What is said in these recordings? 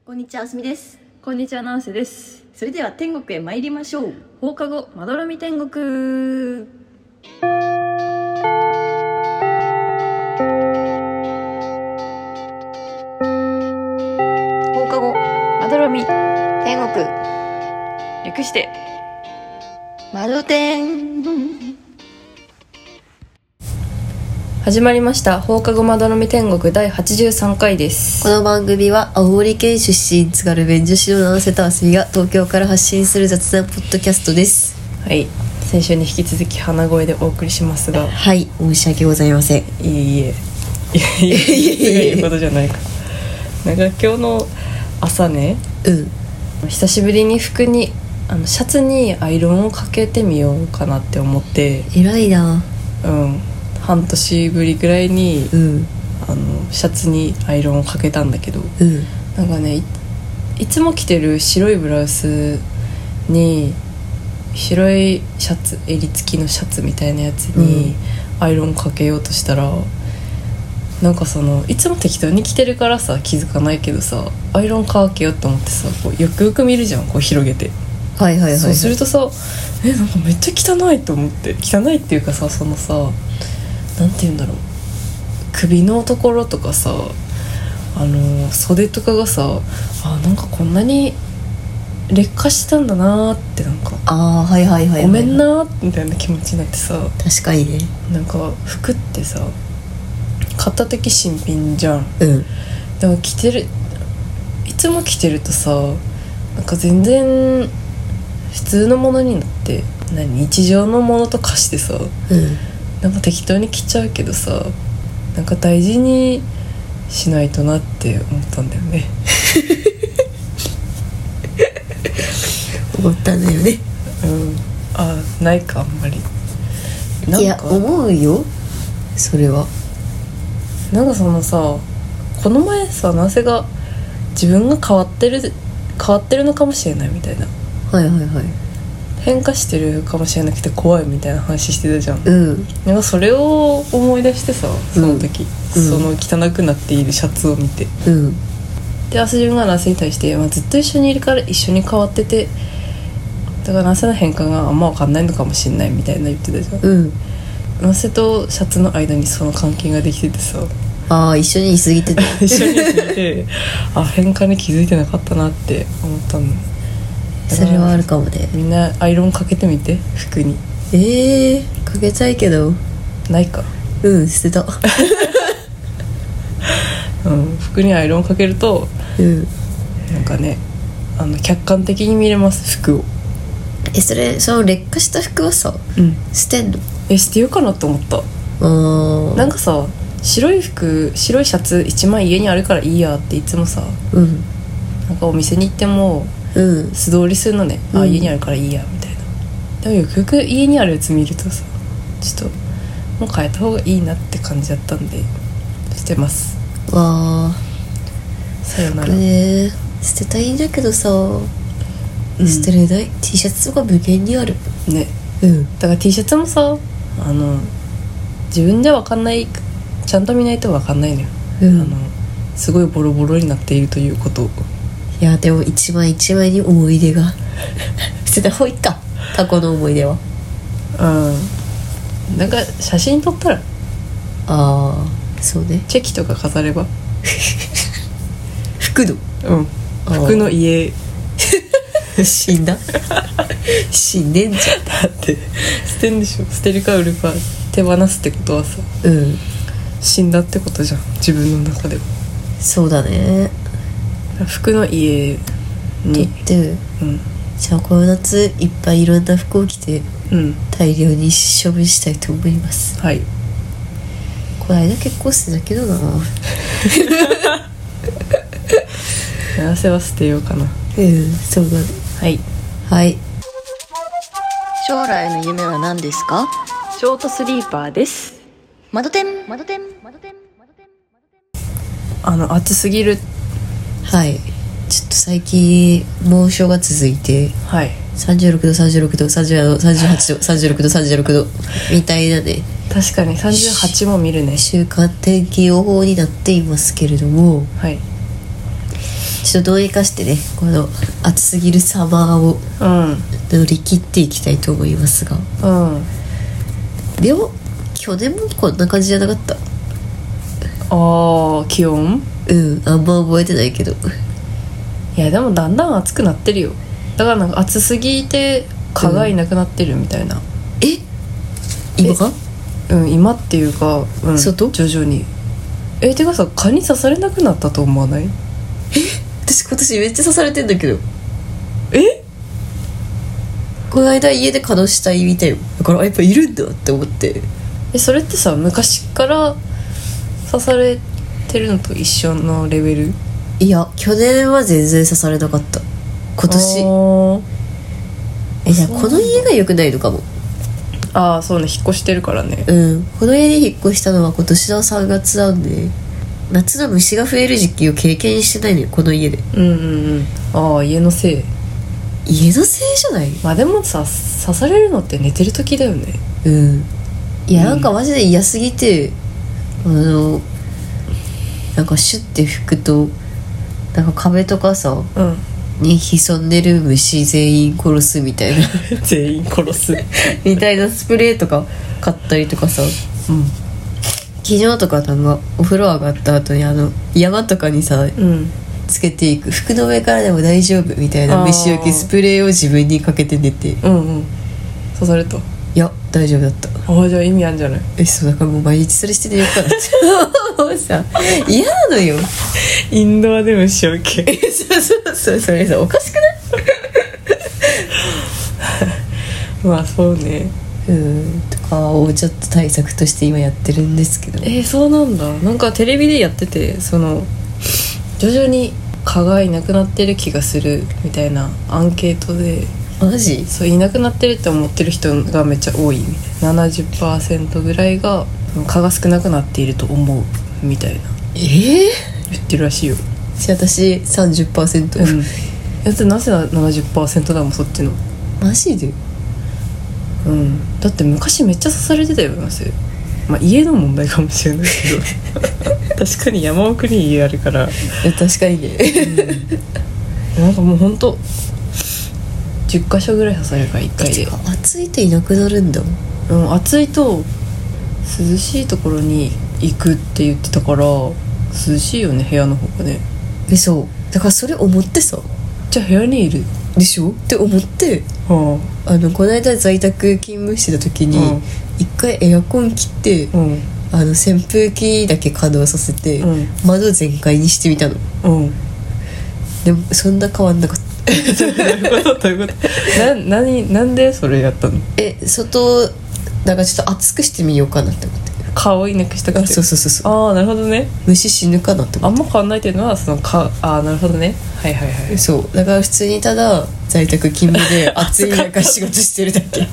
こんにちは、あすみです。 こんにちは、ナンセです。 それでは天国へ参りましょう。 放課後まどろみ天国。放課後まどろみ天国、略してまど天。 始まりました。放課後まどろみ天国第83回です。 この番組は青森県出身津軽弁女子のナンセとあすみが東京から発信する雑談ポッドキャストです。 はい、先週に引き続き鼻声でお送りしますが、 はい、申し訳ございません。 いえいうことじゃないか。なんか今日の朝ね、久しぶりに服にシャツにアイロンをかけてみようかなって思って、 偉いな。 半年ぶりぐらいに、シャツにアイロンをかけたんだけど、なんかね、いつも着てる白いブラウスに白いシャツ、襟付きのシャツみたいなやつにアイロンかけようとしたら、なんかいつも適当に着てるからさ気づかないけどさ、アイロンかけようと思ってさ、こうよくよく見るじゃん、こう広げて。そうするとさ、なんかめっちゃ汚いと思って、汚いっていうかさ、なんて言うんだろう、首のところとかさ、袖とかがさ、なんかこんなに劣化したんだなーって、なんかごめんなーみたいな気持ちになってさ。 確かにね。 なんか服ってさ、片的新品じゃん。でも着てる、いつも着てるとさ、なんか全然普通のものになって、日常のものと化してさ、なんか適当に着ちゃうけどさ、なんか大事にしないとなって思ったんだよね。 思ったんだよね。 ないか、あんまり。 いや、思うよ、それは。 なんかさ、この前さ、なぜが自分が変わってるのかもしれないみたいな、変化してるかもしれなくて怖いみたいな話してたじゃん。なんかそれを思い出してさ、その時、その汚くなっているシャツを見て、で、自分がナセに対して、ずっと一緒にいるから一緒に変わってて、だからナセの変化があんま分かんないのかもしれないみたいな言ってたじゃん。ナセとシャツの間にその関係ができててさ、 一緒にいすぎて一緒にいすぎて変化に気づいてなかったなって思ったの。 それはあるかもね。 みんなアイロンかけてみて、服に。 かけたいけど。 ないか。 捨てた。 服にアイロンかけると、なんかね、客観的に見れます、服を。 その劣化した服はさ、捨てんの？ 捨てようかなと思った。なんかさ、白いシャツ1枚家にあるからいいやっていつもさ、なんかお店に行っても素通りするのね。家にあるからいいやみたいな。でもよくよく家にあるやつ見るとさ、ちょっともう変えた方がいいなって感じだったんで捨てます。さよなら。 捨てたいんだけどさ、捨てれない。 T シャツとか無限にあるね。だから T シャツもさ、自分で分かんない、ちゃんと見ないと分かんないのよ。すごいボロボロになっているということを。 いや、でも一枚一枚に思い出が捨てた方がいいか、過去の思い出は。 なんか写真撮ったら、 そうね、 チェキとか飾れば。 服の服の家。 死んだ。死んでんじゃん。 だって捨てんでしょ。捨てるか売るか手放すってことはさ、死んだってことじゃん、自分の中では。 そうだね。 服の家に取って、じゃあこの夏いっぱいいろんな服を着て、大量に処分したいと思います。 はい。 この間結構捨てたけどな。 汗は捨てようかな。 そうだね。はい。将来の夢は何ですか？ ショートスリーパーです。 まどてん。 暑すぎる。 ちょっと最近猛暑が続いて、36度37度38度36度36度みたいなね。 確かに38も見るね。 週間天気予報になっていますけれども、ちょちょっとどうにかしてねこの暑すぎるサマーを乗り切っていきたいと思いますが、でも去年もこんな感じじゃなかった？ 気温？ あんま覚えてないけど。 いやでもだんだん暑くなってるよ。だからなんか暑すぎて蚊がいなくなってるみたいな。 今か？ 今っていうか、 外？ 徐々に。てかさ、蚊に刺されなくなったと思わない？ 私今年めっちゃ刺されてんだけど。この間家で蚊の死体見たよ。だからやっぱいるんだって思って。 それってさ、昔から刺されてるのと一緒のレベル？ いや去年は全然刺されなかった。今年じゃあこの家が良くないのかも。 そうね、引っ越してるからね。 この家に引っ越したのは今年の3月なんで、夏の虫が増える時期を経験してないのよこの家で。 家のせい。 家のせいじゃない？ まあでもさ、刺されるのって寝てる時だよね。 いやなんかマジで嫌すぎて、なんかシュッて拭くとなんか壁とかさ、に潜んでる虫全員殺すみたいな全員殺すみたいなスプレーとか買ったりとかさ、昨日とかなんかお風呂上がった後に山とかにさ、つけていく服の上からでも大丈夫みたいな虫除けスプレーを自分にかけて寝て、 刺された？ いや大丈夫だった。 じゃあ意味あるんじゃない？ そうだからもう毎日それしててよかったもうさ嫌なのよインドアで虫除けそうそれさおかしくない？ まあそうね。 とかをちょっと対策として今やってるんですけど。 そうなんだ。なんかテレビでやってて、徐々に蚊がいなくなってる気がするみたいなアンケートで。 マジ？ そう、いなくなってるって思ってる人がめっちゃ多いみたいな。 70% ぐらいが蚊が少なくなっていると思うみたいな言ってるらしいよ。 私 30%。 だってなぜ 70% だもんそっちの。 マジで？ だって昔めっちゃ刺されてたよな。家の問題かもしれないけど確かに山奥に家あるから確かにね、 なんかもうほんと10箇所ぐらい刺されるから1回で。 暑いといなくなるんだ。 暑いと涼しいところに行くって言ってたから、涼しいよね部屋の方がね。 そうだからそれ思ってさ、 じゃあ部屋にいるでしょって思って、この間在宅勤務してた時に一回エアコン切って、扇風機だけ稼働させて、窓全開にしてみたの。でもそんな変わんなかった。 どういうことなんでそれやったの？ 外なんかちょっと暑くしてみようかなって思って。 顔いなくしたくて。 そうなるほどね。 虫死ぬかなって思って。 あんま変わんないっていうのはなるほどね。はいそうだから普通にただ在宅勤務で暑い中仕事してるだけ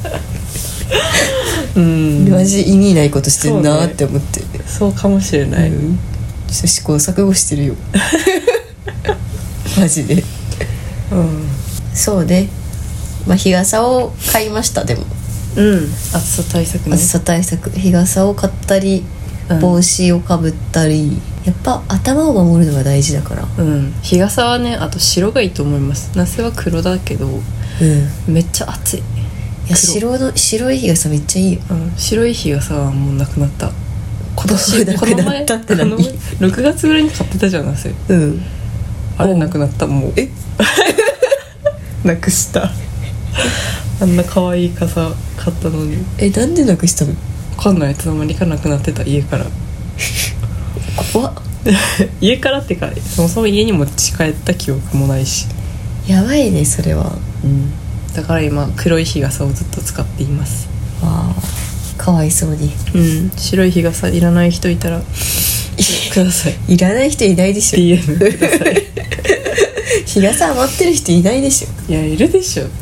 マジ意味ないことしてんなって思って。 そうかもしれない。 試行錯誤してるよマジで。そうね。日傘を買いました。でも暑さ対策ね。 暑さ対策、日傘を買ったり帽子をかぶったり、やっぱ頭を守るのが大事だから。 日傘はね、あと白がいいと思います。夏は黒だけど、めっちゃ暑い。いや白い日傘めっちゃいいよ。 白い日傘はもうなくなった。今年なくなったって何 ？6月ぐらいに買ってたじゃんなせ。あれなくなった。もうなくしたあんな可愛い傘買ったのに。 なんでなくしたの？ 分かんない。いつの間にかなくなってた。家から怖っ家からってかそもそも家に持ち帰った記憶もないし。 やばいねそれは。 だから今黒い日傘をずっと使っています。 わあかわいそうに。 白い日傘いらない人いたらください。 いらない人いないでしょ。 DM ください日傘余ってる人いないでしょ。 いやいるでしょ。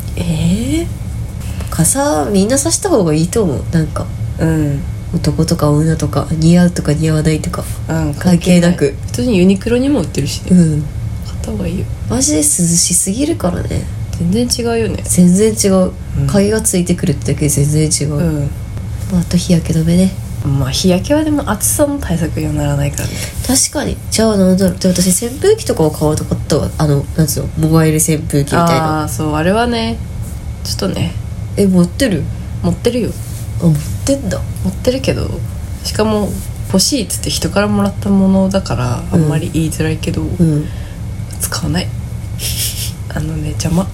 傘みんな差した方がいいと思う。なんか男とか女とか似合うとか似合わないとか、関係なく。 普通にユニクロにも売ってるしね。買った方がいいよ。 マジで涼しすぎるからね。 全然違うよね。 全然違う。鍵がついてくるってだけで全然違う。あと日焼け止めね。 まあ日焼けはでも暑さの対策にはならないからね。 確かに。じゃあなんだろう。で私扇風機とかを買わなかったわ。なんつうの、モバイル扇風機みたいな。 ああ、そう、あれはねちょっとね。 持ってる？ 持ってるよ。 持ってんだ。 持ってるけど、しかも欲しいっつって人からもらったものだからあんまり言いづらいけど、使わない。邪魔。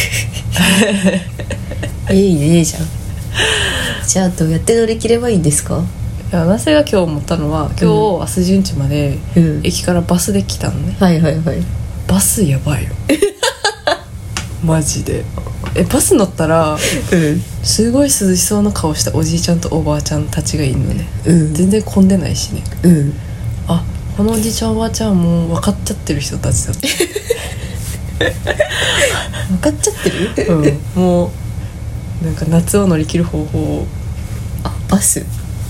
いいねじゃん。じゃあどうやって乗り切ればいいんですか？ いや、私が今日思ったのは、今日明日順地まで駅からバスで来たのね。 はいはいはい。 バスやばいよ。マジで。バス乗ったら、すごい涼しそうな顔したおじいちゃんとおばあちゃんたちがいるのね、全然混んでないしね、あ、このおじいちゃんおばあちゃんもう分かっちゃってる人たちだった。 分かっちゃってる、 もうなんか夏を乗り切る方法を。 バス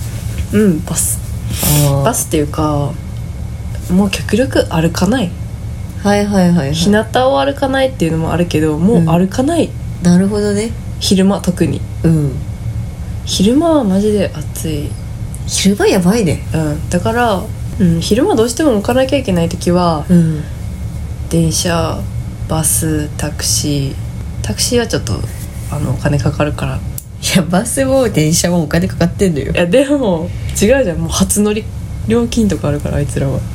バスっていうか、もう極力歩かない。 はいはいはい、はい、 日向を歩かないっていうのもあるけど、もう歩かない、 なるほどね。 昼間特に、昼間はマジで暑い。 昼間やばいね。 だから、昼間どうしても動かなきゃいけない時は、電車、バス、タクシーはちょっとお金かかるから。 いや、バスも電車もお金かかってんのよ。 いやでも違うじゃん、もう初乗り料金とかあるから、あいつらは。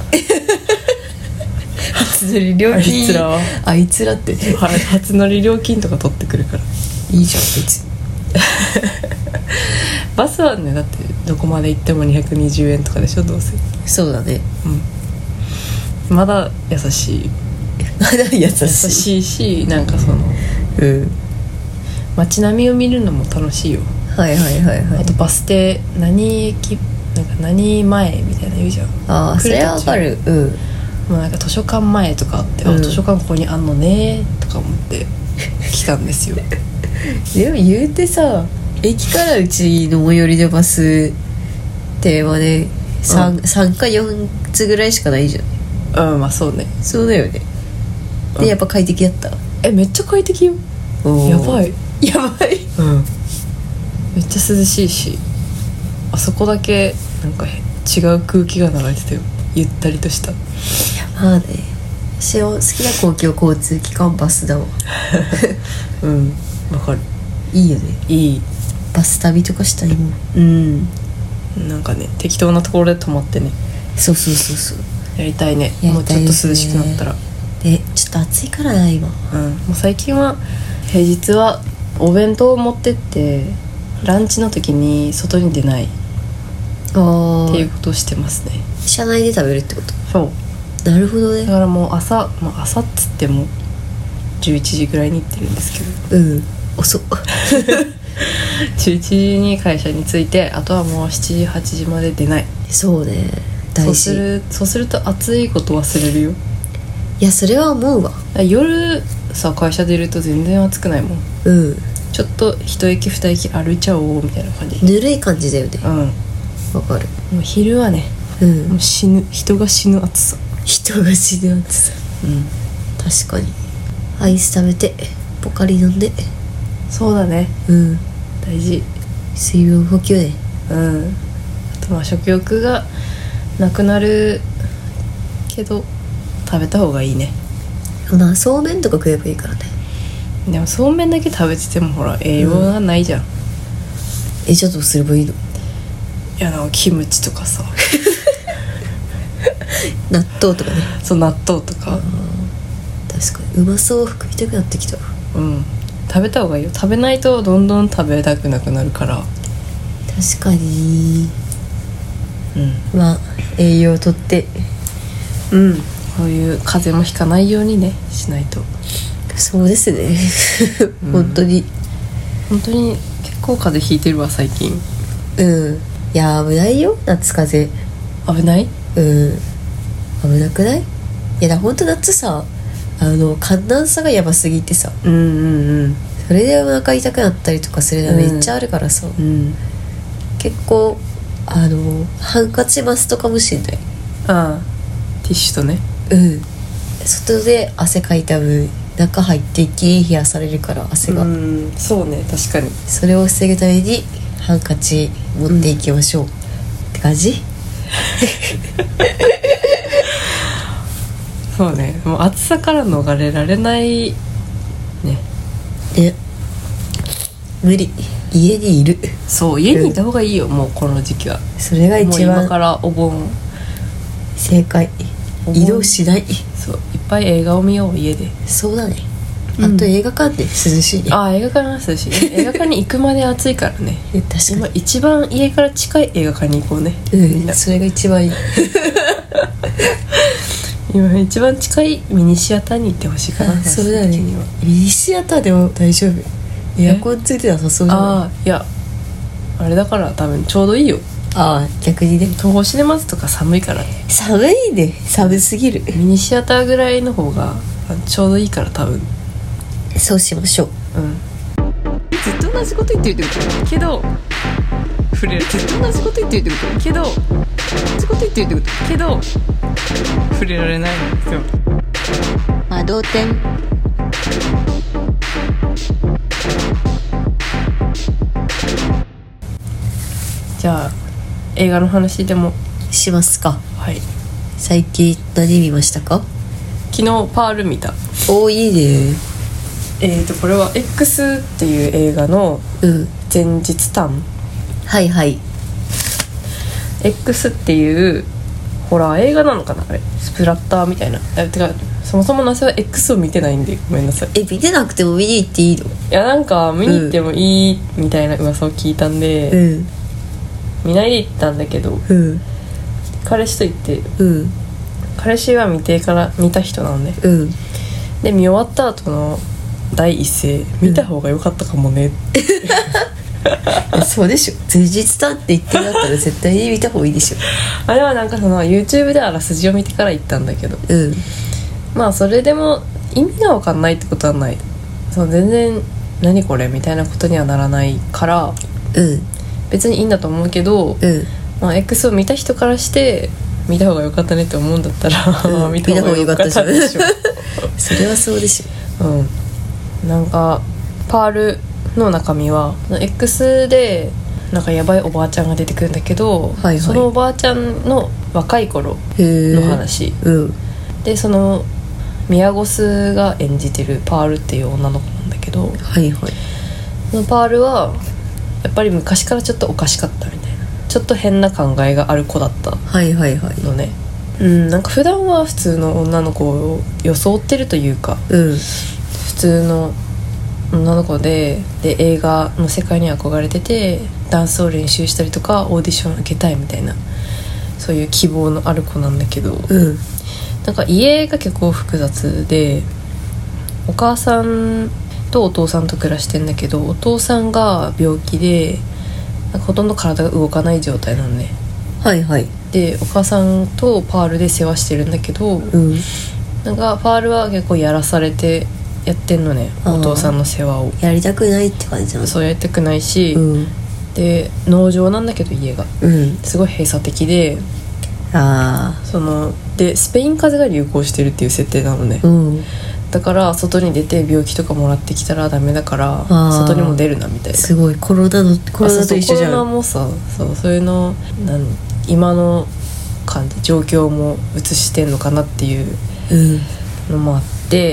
初乗り料金、あいつらって初乗り料金とか取ってくるから。 いいじゃん別に。 バスはね、だってどこまで行っても220円とかでしょ、どうせ。 そうだね。 まだ優しい。 まだ優しいし、なんかその街並みを見るのも楽しいよ。 はいはいはいはい。 あとバス停何駅、なんか何前みたいな言うじゃん。 ああ、それはわかる。 もうなんか図書館前とかあって、図書館ここにあんのねとか思って来たんですよ。 でも言うてさ、駅からうちの最寄りでバス停はね、3か4つぐらいしかないじゃん。 まあそうね。 そうだよね。で、やっぱ快適だった？ めっちゃ快適よ。やばい。 めっちゃ涼しいし、あそこだけなんか違う空気が流れてたよ、ゆったりとした。 まあね、私は好きな公共交通機関バスだわ。 わかる。 いいよね。いい。バス旅とかしたいもん。 なんかね、適当なところで泊まってね。 そうやりたいね。もうちょっと涼しくなったら。 でちょっと暑いからな今。 もう最近は平日はお弁当を持ってってランチの時に外に出ないっていうことをしてますね。 車内で食べるってこと？ そう。 なるほどね。 だからもう朝っつっても11時ぐらいに行ってるんですけど。 遅っ。 11時に会社に着いて、あとはもう7時8時まで出ない。 そうね、大事。 そうすると暑いこと忘れるよ。 いや、それは思うわ。 夜さ、会社出ると全然暑くないもん。ちょっと一駅二駅歩いちゃおうみたいな感じ。 ぬるい感じだよね。わかる。 もう昼はね、もう人が死ぬ暑さ。 人が死ぬ暑さ。確かに。アイス食べてポカリ飲んで。 そうだね。大事。 水分補給ね。 あと食欲がなくなるけど食べた方がいいね。 そうめんとか食えばいいからね。 でもそうめんだけ食べててもほら栄養がないじゃん。 じゃあどうすればいいの？ いや、キムチとかさ。 納豆とかね。 そう、納豆とか。 確かにうまそう。食いたくなってきた。 食べた方がいいよ。食べないとどんどん食べたくなくなるから。 確かに。まあ栄養とってこういう風邪もひかないようにねしないと。 そうですね。本当に結構風邪ひいてるわ最近。 いや危ないよ、夏風邪。 危ない？ 危なくない？いやだ、本当夏さ、寒暖差がやばすぎてさ、それでお腹痛くなったりとかするのめっちゃあるからさ、結構ハンカチマストかもしれない。 ティッシュとね。 外で汗かいた分中入っていき冷やされるから、汗が。 そうね、確かに。 それを防ぐためにハンカチ持っていきましょう。 って感じ。 そうね、もう暑さから逃れられないね。 無理、家にいる。 そう家にいた方がいいよ、もうこの時期は。 それが一番もう今からお盆正解。移動しない。 そういっぱい映画を見よう家で。 そうだね。あと映画館で涼しいね。 映画館は涼しい、ね、映画館に行くまで暑いからね。 確かに今一番家から近い映画館に行こうね。 それが一番いい。 今一番近いミニシアターに行ってほしいかな。 そうだね。ミニシアターでも大丈夫。エアコンついてなさそうじゃない？ いやあれだから多分ちょうどいいよ。 逆にね。 東宝シネマズとか寒いからね。 寒いね。寒すぎる。 ミニシアターぐらいの方がちょうどいいから多分。 そうしましょう。 ずっと同じこと言ってるけど触れる。ずっと同じこと言ってるけど同じこと言ってるけど触れられないんですよ。 同点。 じゃあ映画の話でもしますか。 はい。 最近何見ましたか？ 昨日パール見た。 いいね。 これは X っていう映画の前日談。 はいはい。 X っていうホラー映画なのかな、あれスプラッターみたいな。てかそもそもなぜは X を見てないんでごめんなさい。 見てなくても見に行っていいの？ いやなんか見に行ってもいいみたいな噂を聞いたんで、見ないで行ったんだけど、彼氏と行って、彼氏は見た人なのね。で見終わった後の第一声、見た方が良かったかもねってそうでしょ。前日だって言ってなったら絶対に見た方がいいでしょ。 あれはなんかその YouTube であらすじを見てから行ったんだけど、まあそれでも意味が分かんないってことはない。その全然何これみたいなことにはならないから、別にいいんだと思うけど、まあ、X を見た人からして見た方が良かったねって思うんだったら、見た方が良かったでしょそれはそうでしょ。 なんかパールの中身は X でなんかやばいおばあちゃんが出てくるんだけど、そのおばあちゃんの若い頃の話、でその宮越が演じてるパールっていう女の子なんだけど、そのパールはやっぱり昔からちょっとおかしかったみたいな、ちょっと変な考えがある子だったのね。なんか普段は普通の女の子を装ってるというか、普通の女の子で映画の世界に憧れてて、ダンスを練習したりとかオーディション受けたいみたいな、そういう希望のある子なんだけど、なんか家が結構複雑で、お母さんとお父さんと暮らしてんだけど、お父さんが病気でなんかほとんど体が動かない状態なのね。でお母さんとパールで世話してるんだけど、なんかパールは結構やらされてやってんのね、お父さんの世話を。 やりたくないって感じなの？ そうやりたくないし、で農場なんだけど家が、すごい閉鎖的で、でスペイン風邪が流行してるっていう設定なのね。だから外に出て病気とかもらってきたらダメだから外にも出るなみたいな。すごいコロナと一緒じゃん。コロナもさ、そういうの今の感じ状況も映してんのかなっていうのもあって、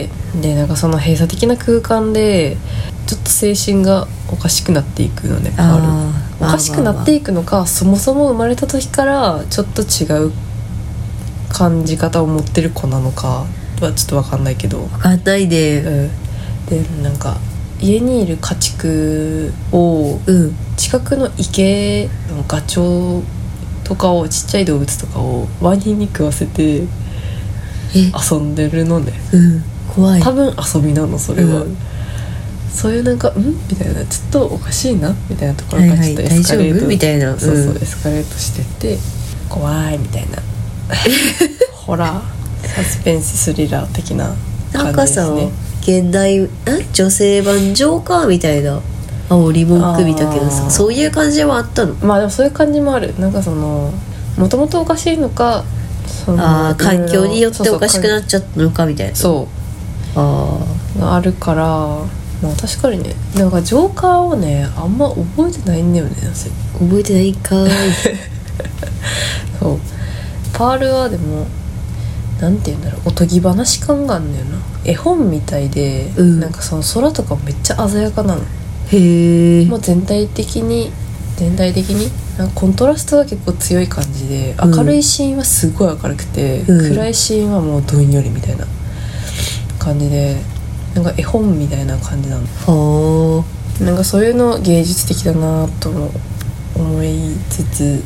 でなんかその閉鎖的な空間でちょっと精神がおかしくなっていくのね。おかしくなっていくのか、そもそも生まれた時からちょっと違う感じ方を持ってる子なのかはちょっと分かんないけど。分かんないで、でなんか家にいる家畜を、近くの池のガチョウとかを、ちっちゃい動物とかをワニに食わせて遊んでるのね。怖い。多分遊びなのそれは。そういうなんかみたいな、ちょっとおかしいなみたいなところがちょっとエスカレートみたいな、エスカレートしてって怖いみたいなホラーサスペンススリラー的な感じですね。なんかさ、現代女性版ジョーカーみたいなリモーク見たけどさ、そういう感じはあったの？まあでもそういう感じもある。なんかそのもともとおかしいのか、環境によっておかしくなっちゃったのかみたいな。あるから、まあ確かにね、なんかジョーカーをねあんま覚えてないんだよね。覚えてないんかーいそうパールはでもなんて言うんだろう、おとぎ話感があるんだよな。絵本みたいで、なんかその空とかめっちゃ鮮やかなの。 へえ。 もう全体的になんかコントラストが結構強い感じで、明るいシーンはすごい明るくて、暗いシーンはもうどんよりみたいな感じで、なんか絵本みたいな感じなの。なんかそういうの芸術的だなと思いつつ、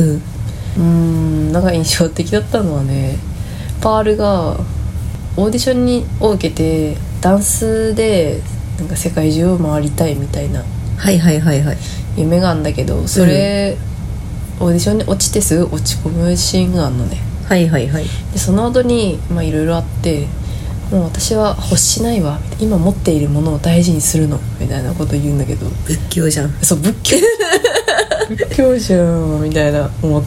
なんか印象的だったのはね、パールがオーディションを受けてダンスでなんか世界中を回りたいみたいな夢があるんだけど、それ、オーディションに落ちてすぐ落ち込むシーンがあるのね。でその後にいろいろあって、もう私は欲しないわ、今持っているものを大事にするのみたいなことを言うんだけど、 仏教じゃん。 そう仏教じゃんみたいな思って、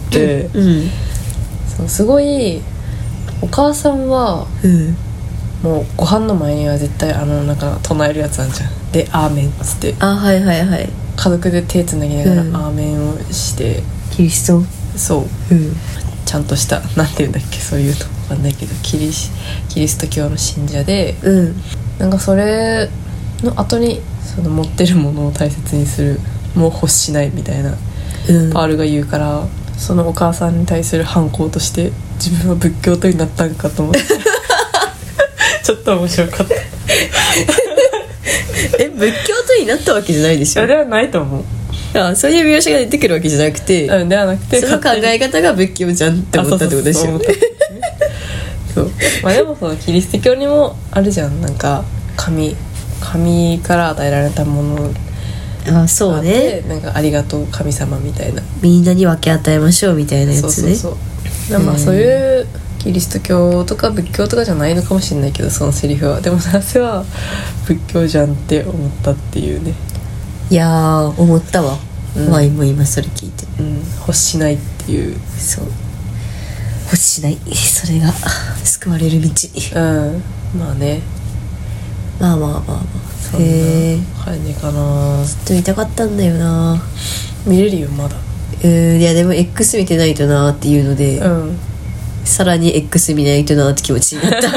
そうすごいお母さんは、もうご飯の前には絶対なんか唱えるやつあんじゃん。でアーメンっつって、家族で手つなぎながらアーメンをして、 キリスト、 そう、ちゃんとしたなんていうんだっけ、そういうの分かんないけどキリスト教の信者で、なんかそれの後にその持ってるものを大切にする、もう欲しないみたいな、パールが言うから、そのお母さんに対する反抗として自分は仏教徒になったんかと思ってちょっと面白かった仏教徒になったわけじゃないでしょ。 ではないと思う。 そういう描写が出てくるわけじゃなくて、 ではなくて、 その考え方が仏教じゃんって思ったってことでしょ。 そうでもそのキリスト教にもあるじゃん、なんか神から与えられたもの、 そうね、 なんかありがとう神様みたいな、 みんなに分け与えましょうみたいなやつね。 そういうキリスト教とか仏教とかじゃないのかもしれないけど、そのセリフはでもなぜは仏教じゃんって思ったっていうね。 いやー思ったわ、もう今それ聞いて、 欲しないっていう、 そう欲しない、それが救われる道。 まあね、 まあそんな感じかな。 ずっと見たかったんだよな。 見れるよまだ。 いやでも X 見てないとなっていうので、さらに X 見ないとなって気持ちになった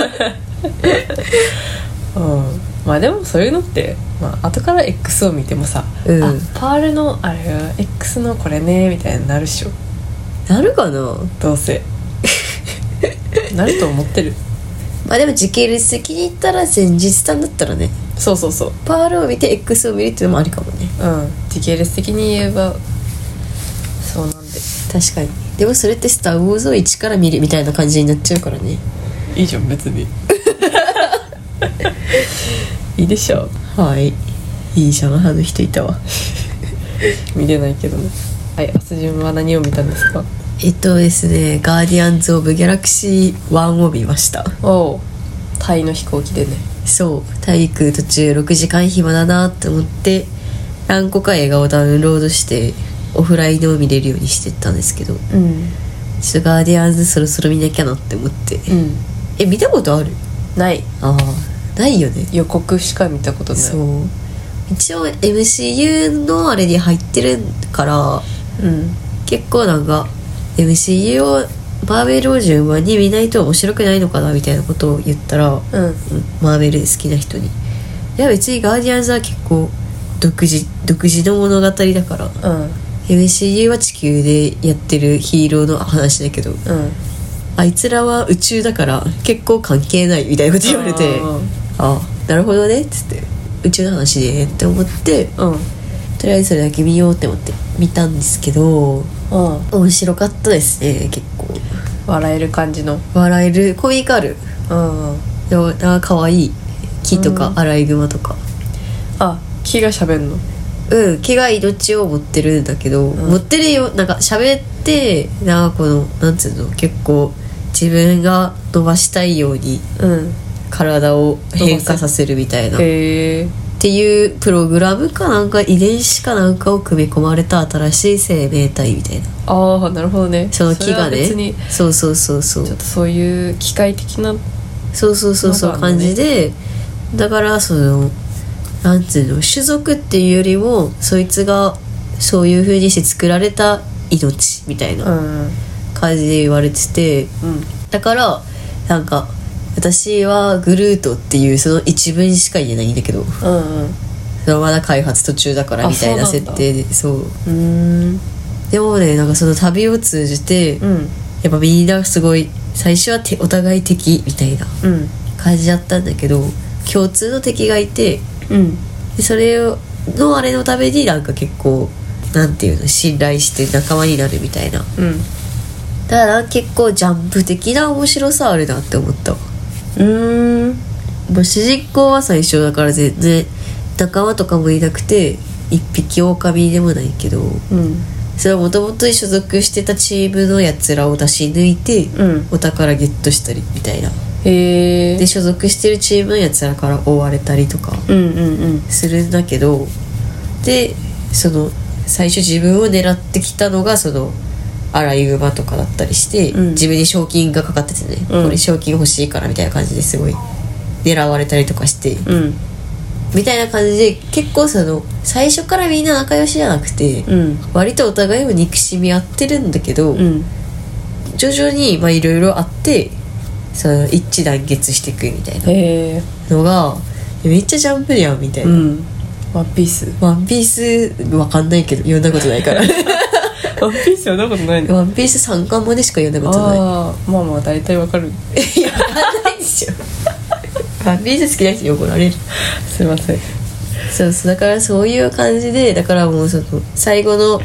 まあでもそういうのって、後から X を見てもさ、パールのあれが X のこれねみたいになるっしょ。 なるかな、 どうせなると思ってる。 でも時系列的に言ったら前日談だったらね、 そうパールを見て X を見るっていうのもありかもね。 時系列的に言えばそうなんで。 確かに。でもそれってスター・ウォーズを1から見るみたいな感じになっちゃうからね。 いいじゃん別にいいでしょ。 いいじゃん、あの人いたわ見れないけどね。あすじゅんは何を見たんですか？ ですね、ガーディアンズ・オブ・ギャラクシー1を見ました。 タイの飛行機でね。 そう、大陸途中6時間暇だなって思って何個か映画をダウンロードしてオフラインでも見れるようにしてったんですけど、ちょっとガーディアンズそろそろ見なきゃなって思って、見たことある？ ない。 ないよね。 予告しか見たことない。 そう、一応 MCU のあれに入ってるから、結構なんか MCU をマーベルを順番に見ないと面白くないのかなみたいなことを言ったら、マーベル好きな人に、いや別にガーディアンズは結構独自の物語だから、MCU は地球でやってるヒーローの話だけど、あいつらは宇宙だから結構関係ないみたいなこと言われて、なるほどねっつって、宇宙の話ねって思って、とりあえずそれだけ見ようって思って見たんですけど、面白かったですね。結構笑える感じの、 笑えるコミカル、でもなんか可愛い木とかアライグマとか、 木が喋んの？ 木が命を持ってるんだけど、持ってるよ、なんか喋って、なんかこのなんつうの、結構自分が伸ばしたいように、体を変化させるみたいな、っていうプログラムかなんか遺伝子かなんかを組み込まれた新しい生命体みたいな。 なるほどね。 その木がね、そうちょっとそういう機械的な、 そう感じで、だからそのなんつうの、種族っていうよりもそいつがそういう風にして作られた命みたいな、 感じで言われてて、だからなんか私はグルートっていうその一文しか言えないんだけど、そのまだ開発途中だからみたいな設定で、そうでもね、なんかその旅を通じて、やっぱみんなすごい最初はお互い敵みたいな感じだったんだけど、共通の敵がいて、でそれのあれのためになんか結構なんていうの、信頼して仲間になるみたいな、だから結構ジャンプ的な面白さあるなって思ったわ。主人公は最初だから全然仲間とかもいなくて一匹狼でもないけど、それはもともと所属してたチームのやつらを出し抜いて、お宝ゲットしたりみたいな。で所属してるチームのやつらから追われたりとかするんだけど、でその最初自分を狙ってきたのがそのアライグマとかだったりして、自分に賞金がかかっててね、これ賞金欲しいからみたいな感じですごい狙われたりとかして、みたいな感じで結構その最初からみんな仲良しじゃなくて、割とお互いも憎しみ合ってるんだけど、徐々にいろいろあってその一致団結していくみたいなのがめっちゃジャンプやんみたいな。 ワンピースわかんないけど読んだことないからワンピース読んだことないの。 ワンピース3巻までしか読んだことない。 まあ大体わかる。 いやわかんないでしょワンピース好きな人に怒られる。 すいません。 そうだからそういう感じで、だからもうその最後の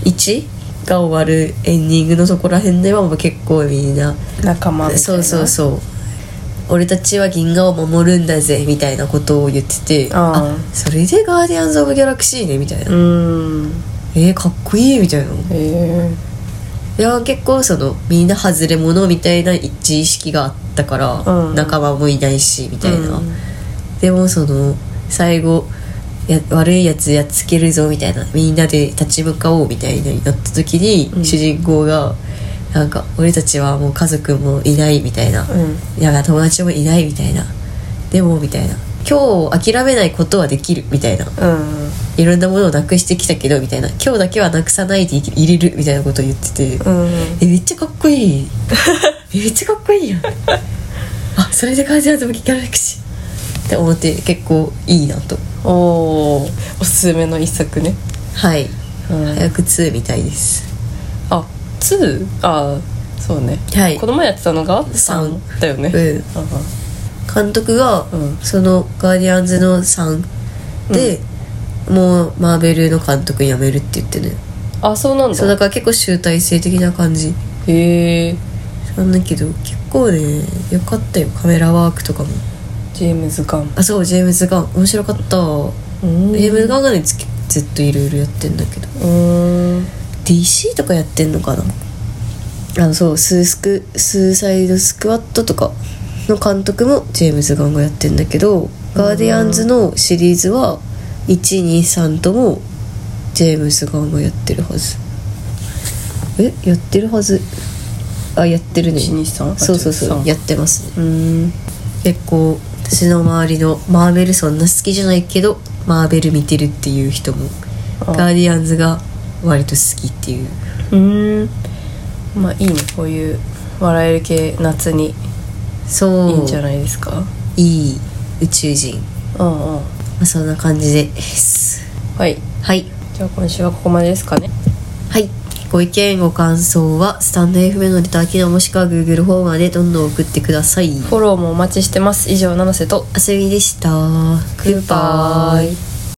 1が終わるエンディングのそこら辺ではもう結構みんな仲間みたいな。 そう俺たちは銀河を守るんだぜみたいなことを言ってて、それでガーディアンズ・オブ・ギャラクシーねみたいな。かっこいいみたいな。いや結構そのみんな外れ者みたいな自意識があったから、仲間もいないしみたいな。でもその最後悪いやつやっつけるぞみたいな、みんなで立ち向かおうみたいになった時に、主人公がなんか俺たちはもう家族もいないみたいな、いや友達もいないみたいな、でもみたいな、今日諦めないことはできるみたいな、いろんなものをなくしてきたけどみたいな、今日だけはなくさないでいれるみたいなことを言ってて、めっちゃかっこいいめっちゃかっこいいやんそれでガーディアンズ・オブ・ギャラクシーって思って結構いいなと。 おすすめの一作ね。 はい、早く2みたいです。 2？ そうね、この前やってたのが3だよね。 監督が、そのガーディアンズの3で、もうマーベルの監督辞めるって言ってね。 そうなんだ。 そうだから結構集大成的な感じ。なんだけど結構ねよかったよ、カメラワークとかも。 ジェームズ・ガン。 そうジェームズ・ガン面白かった。ジェームズ・ガンがねずっといろいろやってんだけど、DC とかやってんのかな。そうスーサイドスクワットとかの監督もジェームズ・ガンがやってんだけど、ガーディアンズのシリーズは 1,2,3 ともジェームズ・ガンがやってるはず。やってるはず。やってるね。 1,2,3 そうやってますね。結構私の周りのマーベルそんな好きじゃないけどマーベル見てるっていう人もガーディアンズが割と好きっていう。 いいね、こういう笑える系夏にいいんじゃないですか。 いい宇宙人。そんな感じです。はい、 じゃあ今週はここまでですかね。 ご意見ご感想はスタンド FM のレター機能もしくは Google フォームまでどんどん送ってください。 フォローもお待ちしてます。以上七瀬とあすみでした。グッバイ。